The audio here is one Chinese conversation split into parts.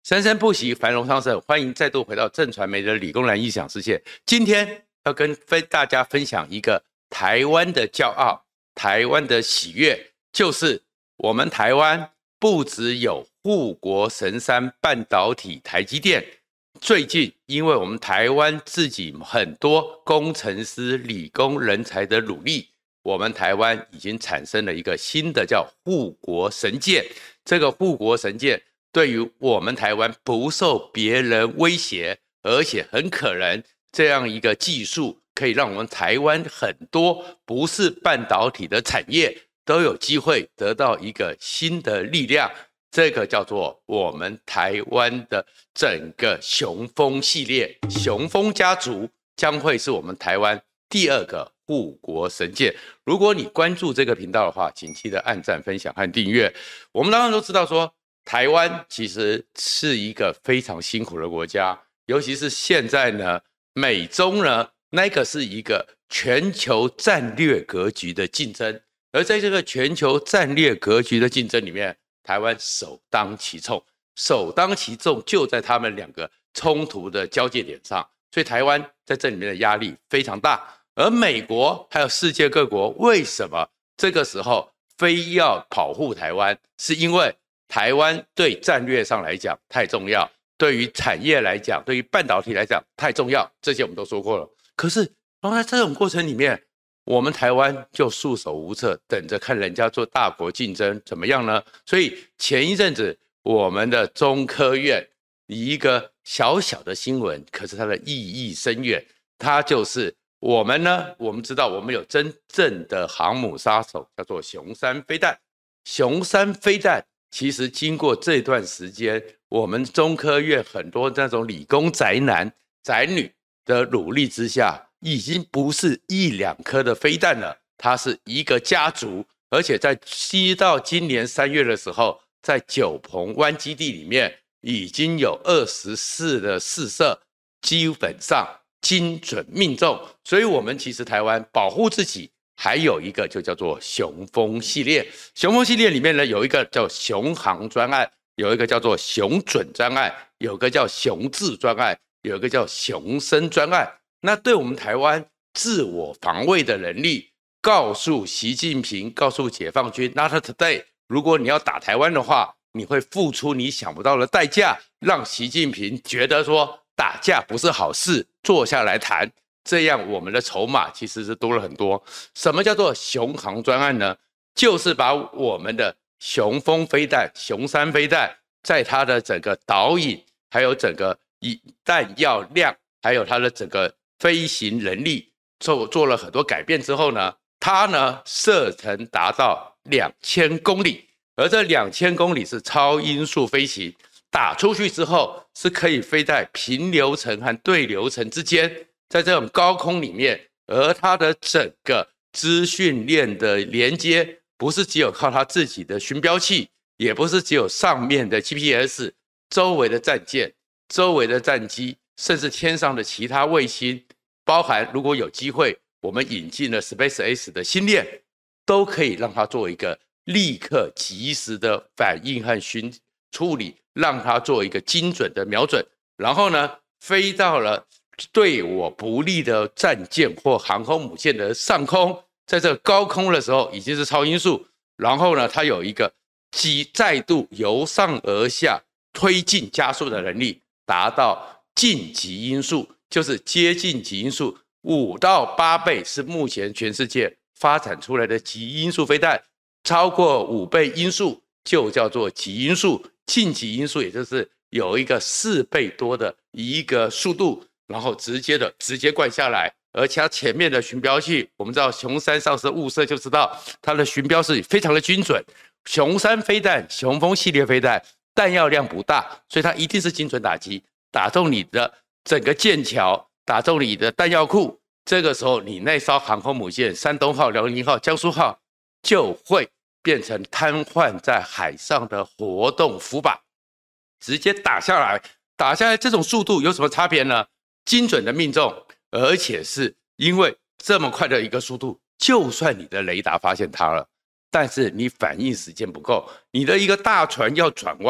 生生不息，繁荣昌盛。欢迎再度回到正传媒的理工男异想世界。今天要跟大家分享一个台湾的骄傲，台湾的喜悦，就是我们台湾不只有护国神山半导体台积电，最近因为我们台湾自己很多工程师、理工人才的努力，我们台湾已经产生了一个新的叫护国神剑。这个护国神剑对于我们台湾不受别人威胁，而且很可能这样一个技术可以让我们台湾很多不是半导体的产业都有机会得到一个新的力量。这个叫做我们台湾的整个雄风系列，雄风家族将会是我们台湾第二个护国神剑。如果你关注这个频道的话，请记得按赞、分享和订阅。我们当然都知道说，台湾其实是一个非常辛苦的国家，尤其是现在呢，美中呢，那个是一个全球战略格局的竞争，而在这个全球战略格局的竞争里面，台湾首当其冲，首当其冲就在他们两个冲突的交界点上，所以台湾在这里面的压力非常大。而美国还有世界各国为什么这个时候非要保护台湾，是因为台湾对战略上来讲太重要，对于产业来讲，对于半导体来讲太重要，这些我们都说过了。可是在这种过程里面，我们台湾就束手无策，等着看人家做大国竞争怎么样呢？所以前一阵子我们的中科院一个小小的新闻，可是它的意义深远。它就是我们呢，我们知道我们有真正的航母杀手，叫做雄三飞弹。雄三飞弹其实经过这段时间，我们中科院很多那种理工宅男宅女的努力之下，已经不是一两颗的飞弹了，它是一个家族。而且在到今年3月的时候，在九鹏湾基地里面已经有24的试射，基本上精准命中。所以我们其实台湾保护自己还有一个就叫做雄风系列。雄风系列里面呢，有一个叫雄航专案，有一个叫做雄准专案，有一个叫雄智专案，有一个叫雄升专案。那对我们台湾自我防卫的能力，告诉习近平，告诉解放军 ，Not today， 如果你要打台湾的话，你会付出你想不到的代价，让习近平觉得说打架不是好事，坐下来谈。这样我们的筹码其实是多了很多。什么叫做雄航专案呢？就是把我们的雄风飞弹、雄三飞弹，在它的整个导引，还有整个弹药量，还有它的整个飞行能力做了很多改变之后呢，它呢射程达到2000公里，而这2000公里是超音速飞行，打出去之后是可以飞在平流层和对流层之间，在这种高空里面，而它的整个资讯链的连接，不是只有靠它自己的巡标器，也不是只有上面的 GPS， 周围的战舰、周围的战机，甚至天上的其他卫星，包含如果有机会我们引进了 SpaceX 的星链，都可以让它做一个立刻及时的反应和处理，让它做一个精准的瞄准，然后呢飞到了对我不利的战舰或航空母舰的上空，在这个高空的时候已经是超音速，然后呢它有一个再度由上而下推进加速的能力，达到近极音速，就是接近极音速5到8倍，是目前全世界发展出来的极音速飞弹。超过5倍音速就叫做极音速，近极音速也就是有一个4倍多的一个速度，然后直接灌下来。而且它前面的巡标器，我们知道雄三上次误射就知道它的巡标是非常的精准。雄三飞弹、雄风系列飞弹弹药量不大，所以它一定是精准打击，打中你的整个舰桥，打中你的弹药库。这个时候你那艘航空母舰山东号、辽宁号、江苏号就会变成瘫痪在海上的活动浮板，直接打下来。打下来这种速度有什么差别呢？精准的命中，而且是因为这么快的一个速度，就算你的雷达发现它了，但是你反应时间不够，你的一个大船要转弯，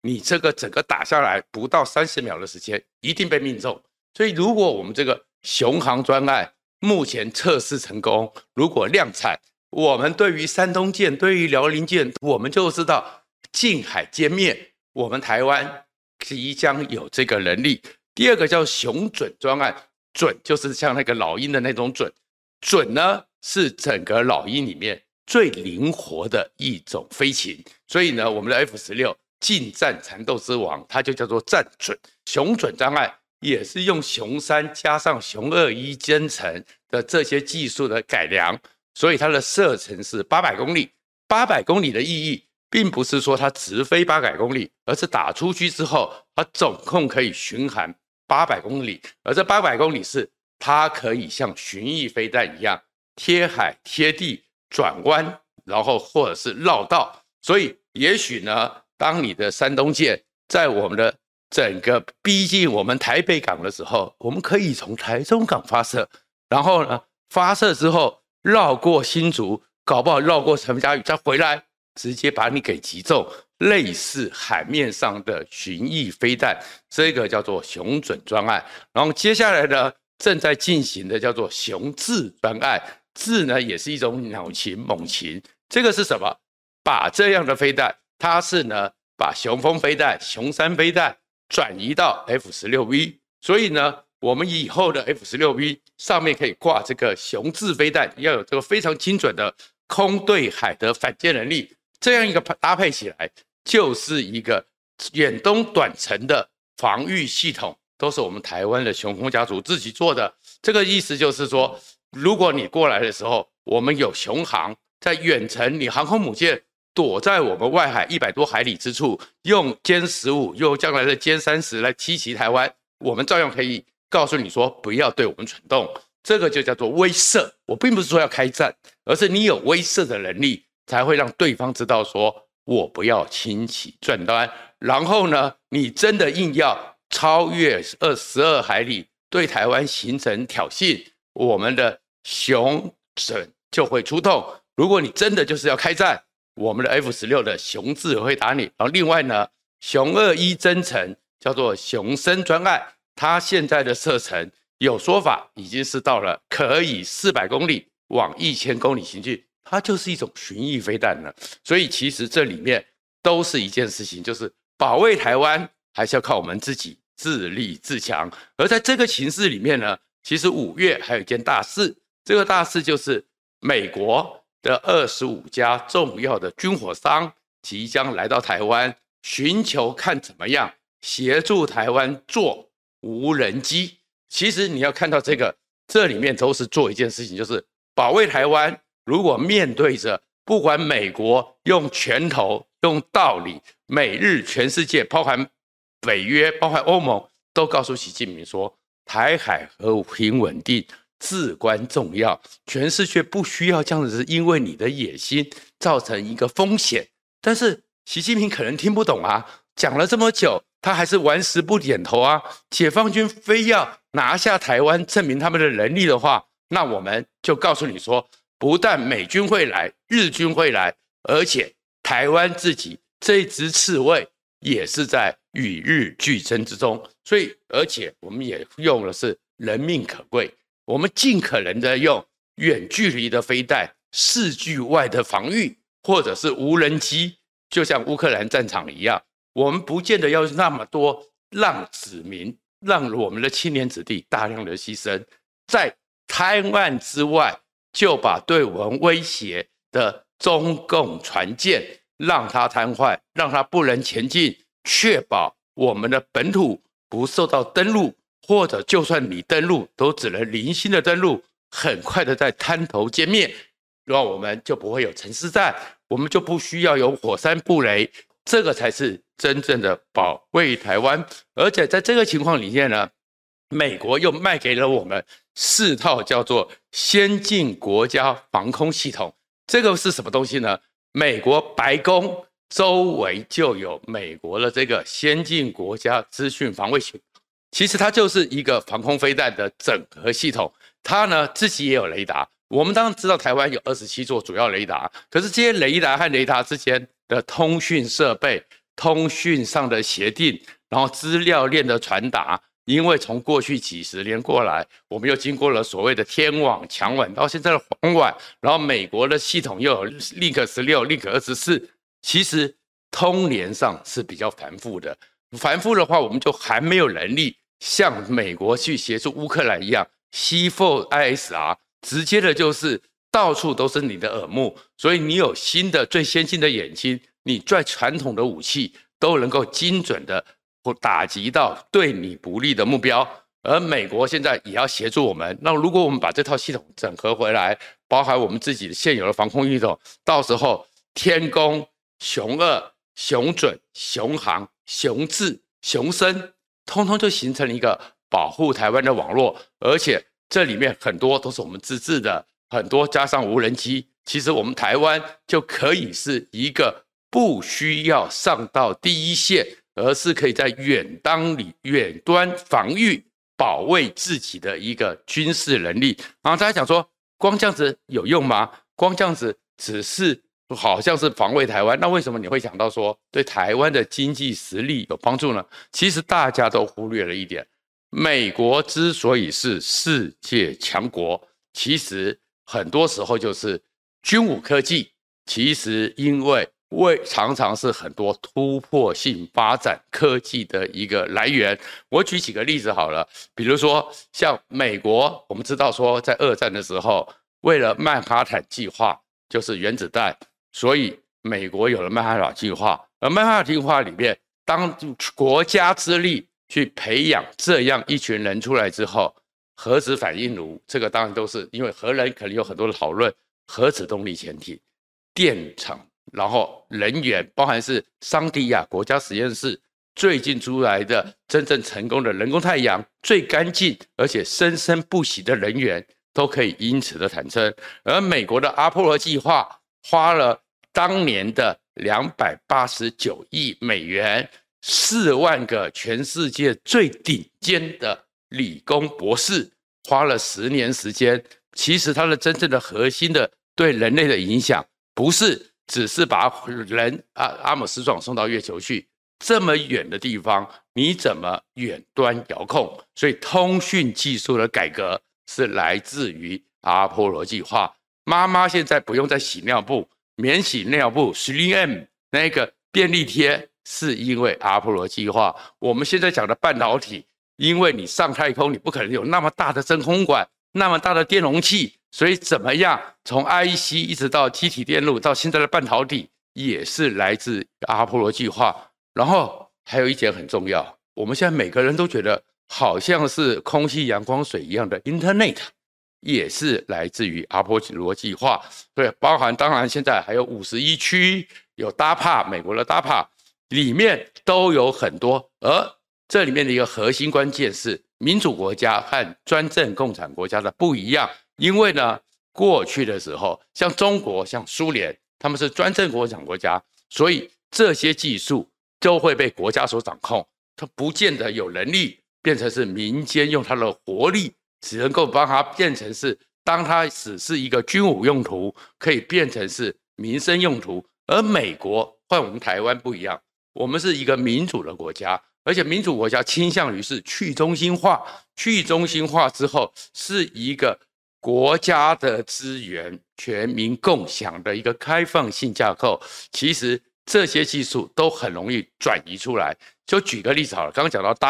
你这个整个打下来不到30秒的时间，一定被命中。所以如果我们这个雄航专案目前测试成功，如果量产，我们对于山东舰、对于辽宁舰，我们就知道近海歼灭，我们台湾即将有这个能力。第二个叫雄准专案，准就是像那个老鹰的那种准，准呢是整个老鹰里面最灵活的一种飞禽，所以呢，我们的 F-16近战缠斗之王，它就叫做战准。雄准专案也是用雄3加上雄21增程的这些技术的改良，所以它的射程是800公里。800公里的意义，并不是说它直飞800公里，而是打出去之后，它总共可以巡航800公里，而这800公里是它可以像巡弋飞弹一样贴海贴地转弯，然后或者是绕道。所以也许呢，当你的山东舰在我们的整个逼近我们台北港的时候，我们可以从台中港发射，然后呢发射之后绕过新竹，搞不好绕过陈嘉峪再回来，直接把你给击中，类似海面上的巡弋飞弹，这个叫做雄准专案。然后接下来呢，正在进行的叫做雄智专案，智呢也是一种鸟禽猛禽，这个是什么？把这样的飞弹，它是呢把雄风飞弹、雄3飞弹转移到 F-16V， 所以呢，我们以后的 F-16V 上面可以挂这个雄智飞弹，要有这个非常精准的空对海的反舰能力，这样一个搭配起来，就是一个远东短程的防御系统，都是我们台湾的雄风家族自己做的。这个意思就是说，如果你过来的时候，我们有雄航在远程，你航空母舰躲在我们外海100多海里之处，用歼15，用将来的歼30来踢袭台湾，我们照样可以告诉你说不要对我们蠢动，这个就叫做威慑。我并不是说要开战，而是你有威慑的能力，才会让对方知道说我不要轻启战端。然后呢，你真的硬要超越12海里对台湾形成挑衅，我们的雄准就会出动。如果你真的就是要开战，我们的 F-16的雄智会打你。然后另外呢，雄21增程叫做雄升专案，它现在的射程有说法已经是到了可以400公里往1000公里行进，它就是一种巡弋飞弹了。所以其实这里面都是一件事情，就是保卫台湾还是要靠我们自己自立自强。而在这个情势里面呢，其实5月还有一件大事，这个大事就是美国的25家重要的军火商即将来到台湾，寻求看怎么样协助台湾做无人机。其实你要看到这里面都是做一件事情，就是保卫台湾。如果面对着不管美国用拳头用道理，美日全世界包含北约包含欧盟都告诉习近平说，台海和平稳定至关重要，全世界不需要这样子因为你的野心造成一个风险。但是习近平可能听不懂啊，讲了这么久他还是顽石不点头啊。解放军非要拿下台湾证明他们的能力的话，那我们就告诉你说，不但美军会来，日军会来，而且台湾自己这只刺猬也是在与日俱增之中。所以而且我们也用的是人命可贵，我们尽可能的用远距离的飞弹、视距外的防御，或者是无人机，就像乌克兰战场一样，我们不见得要那么多让子民让我们的青年子弟大量的牺牲，在台湾之外就把对我们威胁的中共船舰让它瘫痪，让它不能前进，确保我们的本土不受到登陆，或者就算你登陆都只能零星的登陆，很快的在滩头歼灭，然后我们就不会有城市战，我们就不需要有火山布雷，这个才是真正的保卫台湾。而且在这个情况里面呢，美国又卖给了我们4套叫做先进国家防空系统。这个是什么东西呢？美国白宫周围就有美国的这个先进国家资讯防卫系统，其实它就是一个防空飞弹的整合系统。它呢自己也有雷达，我们当然知道台湾有27座主要雷达，可是这些雷达和雷达之间的通讯设备通讯上的协定，然后资料链的传达。因为从过去几十年过来，我们又经过了所谓的天网、强网，到现在的黄网，然后美国的系统又有 Link 16、Link 24，其实通联上是比较繁复的。繁复的话，我们就还没有能力像美国去协助乌克兰一样 ，C4 ISR 直接的就是到处都是你的耳目，所以你有新的最先进的眼睛，你最传统的武器都能够精准的打击到对你不利的目标，而美国现在也要协助我们。那如果我们把这套系统整合回来，包含我们自己的现有的防空系统，到时候天弓、雄2、雄准、雄航、雄智、雄升，通通就形成了一个保护台湾的网络，而且这里面很多都是我们自制的，很多加上无人机，其实我们台湾就可以是一个不需要上到第一线，而是可以在远端防御保卫自己的一个军事能力。然后大家讲说，光这样子有用吗？光这样子只是好像是防卫台湾，那为什么你会想到说对台湾的经济实力有帮助呢？其实大家都忽略了一点，美国之所以是世界强国，其实很多时候就是军武科技，其实因为常常是很多突破性发展科技的一个来源。我举几个例子好了，比如说像美国，我们知道说在二战的时候，为了曼哈坦计划，就是原子弹，所以美国有了曼哈顿计划。而曼哈顿计划里面，当国家之力去培养这样一群人出来之后，核子反应炉，这个当然都是因为核能可能有很多的讨论，核子动力潜艇、电厂，然后能源，包含是桑迪亚国家实验室最近出来的真正成功的人工太阳，最干净而且生生不息的能源，都可以因此的产生。而美国的阿波罗计划花了当年的289亿美元，4万个全世界最顶尖的理工博士，花了10年时间。其实它的真正的核心的对人类的影响，不是只是把阿姆斯壮送到月球去，这么远的地方，你怎么远端遥控？所以通讯技术的改革是来自于阿波罗计划。妈妈现在不用再洗尿布，免洗尿布 3M 那个便利贴，是因为阿波罗计划。我们现在讲的半导体，因为你上太空，你不可能有那么大的真空管，那么大的电容器，所以怎么样从 IC 一直到基体电路到现在的半导体，也是来自阿波罗计划。然后还有一点很重要，我们现在每个人都觉得好像是空气、阳光、水一样的 Internet， 也是来自于阿波罗计划。对，包含当然现在还有51区，有 DARPA， 美国的 DARPA 里面都有很多，而这里面的一个核心关键是民主国家和专政共产国家的不一样。因为呢，过去的时候，像中国、像苏联，他们是专政共产国家，所以这些技术都会被国家所掌控，它不见得有能力变成是民间用它的活力，只能够帮它变成是，当它只是一个军武用途，可以变成是民生用途。而美国和我们台湾不一样，我们是一个民主的国家，而且民主国家倾向于是去中心化，去中心化之后是一个国家的资源全民共享的一个开放性架构。其实这些技术都很容易转移出来。就举个例子好了，刚刚讲到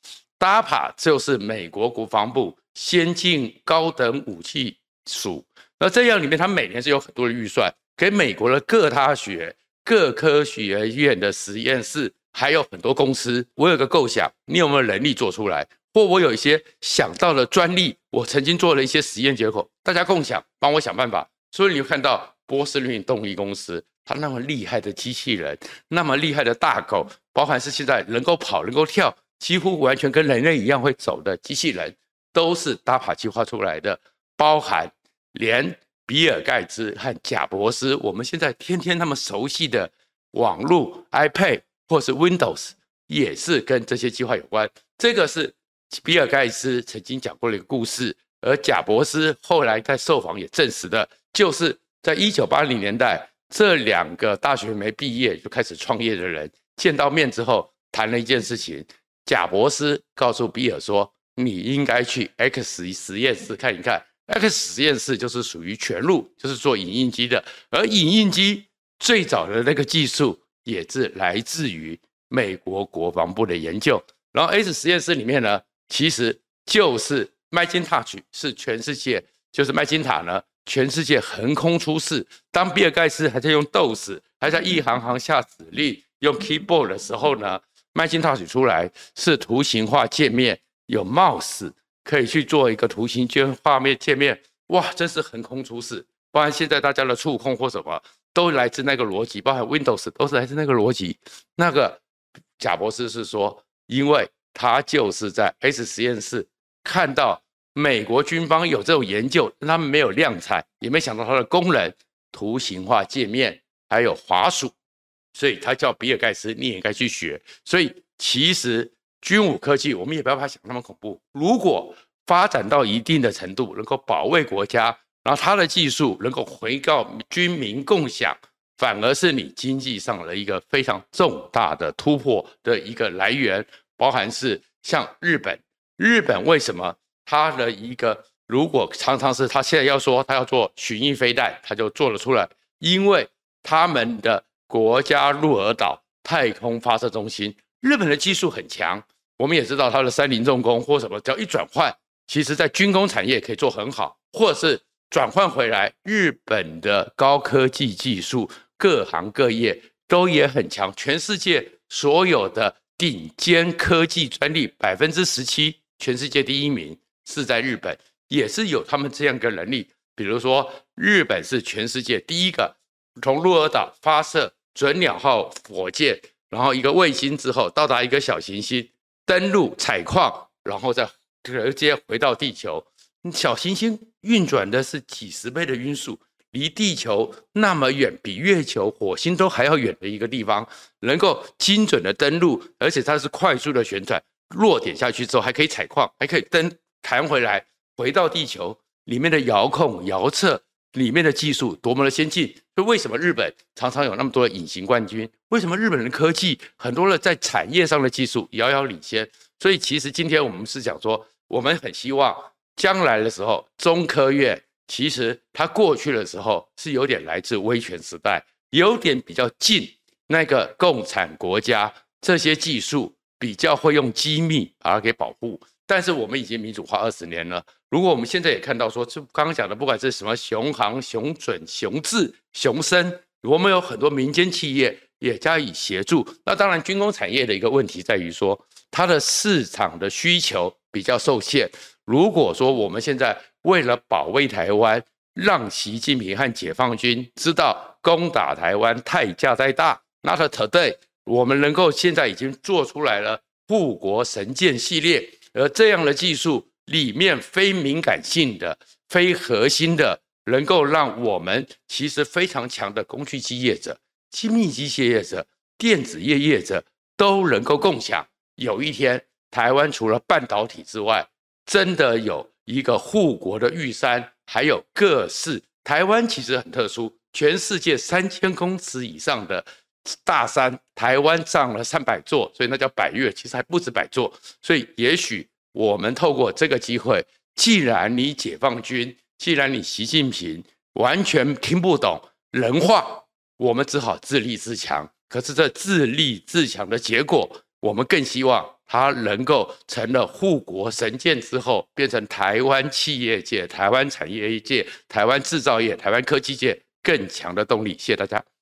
DARPA 就是美国国防部先进高等武器署，那这样里面它每年是有很多的预算给美国的各大学、各科学院的实验室，还有很多公司。我有个构想，你有没有能力做出来？或我有一些想到的专利，我曾经做了一些实验结果，大家共享，帮我想办法。所以你会看到波士顿动力公司，它那么厉害的机器人，那么厉害的大狗，包含是现在能够跑、能够跳，几乎完全跟人类一样会走的机器人，都是 DARPA 计划出来的。包含连比尔盖茨和贾伯斯，我们现在天天他们熟悉的网络 iPad 或是 Windows， 也是跟这些计划有关。这个是比尔盖茨曾经讲过的一个故事，而贾伯斯后来在受访也证实的，就是在1980年代，这2个大学没毕业就开始创业的人， 见到面之后谈了一件事情，贾伯斯告诉比尔说，你应该去 X 实验室看一看。X 实验室就是属于全路，就是做影印机的，而影印机最早的那个技术也是来自于美国国防部的研究。然后 X 实验室里面呢，其实就是麦金塔许是全世界，就是麦金塔呢，全世界横空出世。当比尔盖茨还在用 DOS， 还在一行行下指令用 keyboard 的时候呢，麦金塔许出来是图形化界面，有 mouse 可以去做一个图形画面界面，哇，真是横空出世。包含现在大家的触控或什么，都来自那个逻辑，包含 Windows 都是来自那个逻辑。那个贾伯斯是说，因为他就是在 X 实验室看到美国军方有这种研究，但他们没有量产，也没想到它的功能，图形化界面还有滑鼠，所以他叫比尔盖茨，你也该去学。所以其实军武科技我们也不要把它想那么恐怖，如果发展到一定的程度，能够保卫国家，然后它的技术能够回告军民共享，反而是你经济上的一个非常重大的突破的一个来源。包含是像日本为什么它的一个，如果常常是他现在要说他要做巡弋飞弹，他就做了出来，因为他们的国家鹿儿岛太空发射中心，日本的技术很强，我们也知道他的三菱重工或什么，只要一转换，其实在军工产业可以做很好，或者是转换回来，日本的高科技技术各行各业都也很强，全世界所有的顶尖科技专利17%，全世界第一名是在日本，也是有他们这样一个能力。比如说，日本是全世界第一个从鹿儿岛发射准鸟号火箭，然后一个卫星之后到达一个小行星，登陆采矿，然后再直接回到地球。小行星运转的是几十倍的音速，离地球那么远，比月球、火星都还要远的一个地方，能够精准的登陆，而且它是快速的旋转，落点下去之后还可以采矿，还可以弹回来，回到地球。里面的遥控、遥测里面的技术多么的先进，所以为什么日本常常有那么多的隐形冠军？为什么日本人的科技很多的在产业上的技术遥遥领先？所以其实今天我们是讲说，我们很希望将来的时候，中科院其实它过去的时候是有点来自威权时代，有点比较近那个共产国家，这些技术比较会用机密把它给保护。但是我们已经民主化20年了，如果我们现在也看到说，就刚刚讲的，不管是什么雄航、雄准、雄智、雄升，我们有很多民间企业也加以协助。那当然，军工产业的一个问题在于说，它的市场的需求比较受限。如果说我们现在为了保卫台湾，让习近平和解放军知道攻打台湾代价太大，那today我们能够现在已经做出来了护国神剑系列。而这样的技术里面非敏感性的、非核心的，能够让我们其实非常强的工具机业者、精密机械业者、电子业业者都能够共享。有一天，台湾除了半导体之外，真的有一个护国的玉山，还有各式。台湾其实很特殊，全世界3000公尺以上的大山，台湾上了300座，所以那叫百岳，其实还不止100座。所以也许我们透过这个机会，既然你解放军，既然你习近平完全听不懂人话，我们只好自立自强。可是这自立自强的结果，我们更希望它能够成了护国神剑之后，变成台湾企业界、台湾产业界、台湾制造业、台湾科技界更强的动力。谢谢大家。